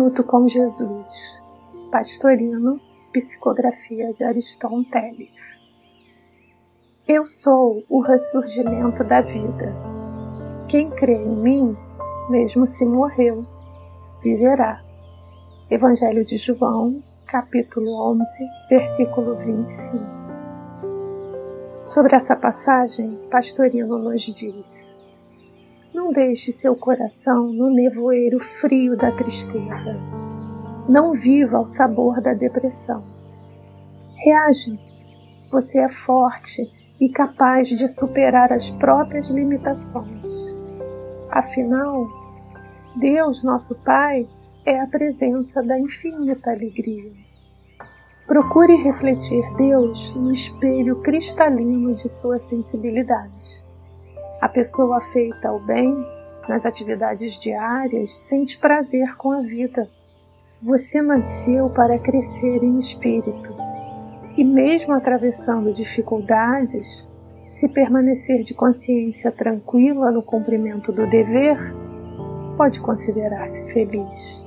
Minuto com Jesus. Pastorino, psicografia de Ariston Teles. Eu sou o ressurgimento da vida. Quem crê em mim, mesmo se morreu, viverá. Evangelho de João, capítulo 11, versículo 25. Sobre essa passagem, Pastorino nos diz: não deixe seu coração no nevoeiro frio da tristeza. Não viva ao sabor da depressão. Reaja. Você é forte e capaz de superar as próprias limitações. Afinal, Deus, nosso Pai, é a presença da infinita alegria. Procure refletir Deus no espelho cristalino de sua sensibilidade. A pessoa feita ao bem, nas atividades diárias, sente prazer com a vida. Você nasceu para crescer em espírito. E mesmo atravessando dificuldades, se permanecer de consciência tranquila no cumprimento do dever, pode considerar-se feliz.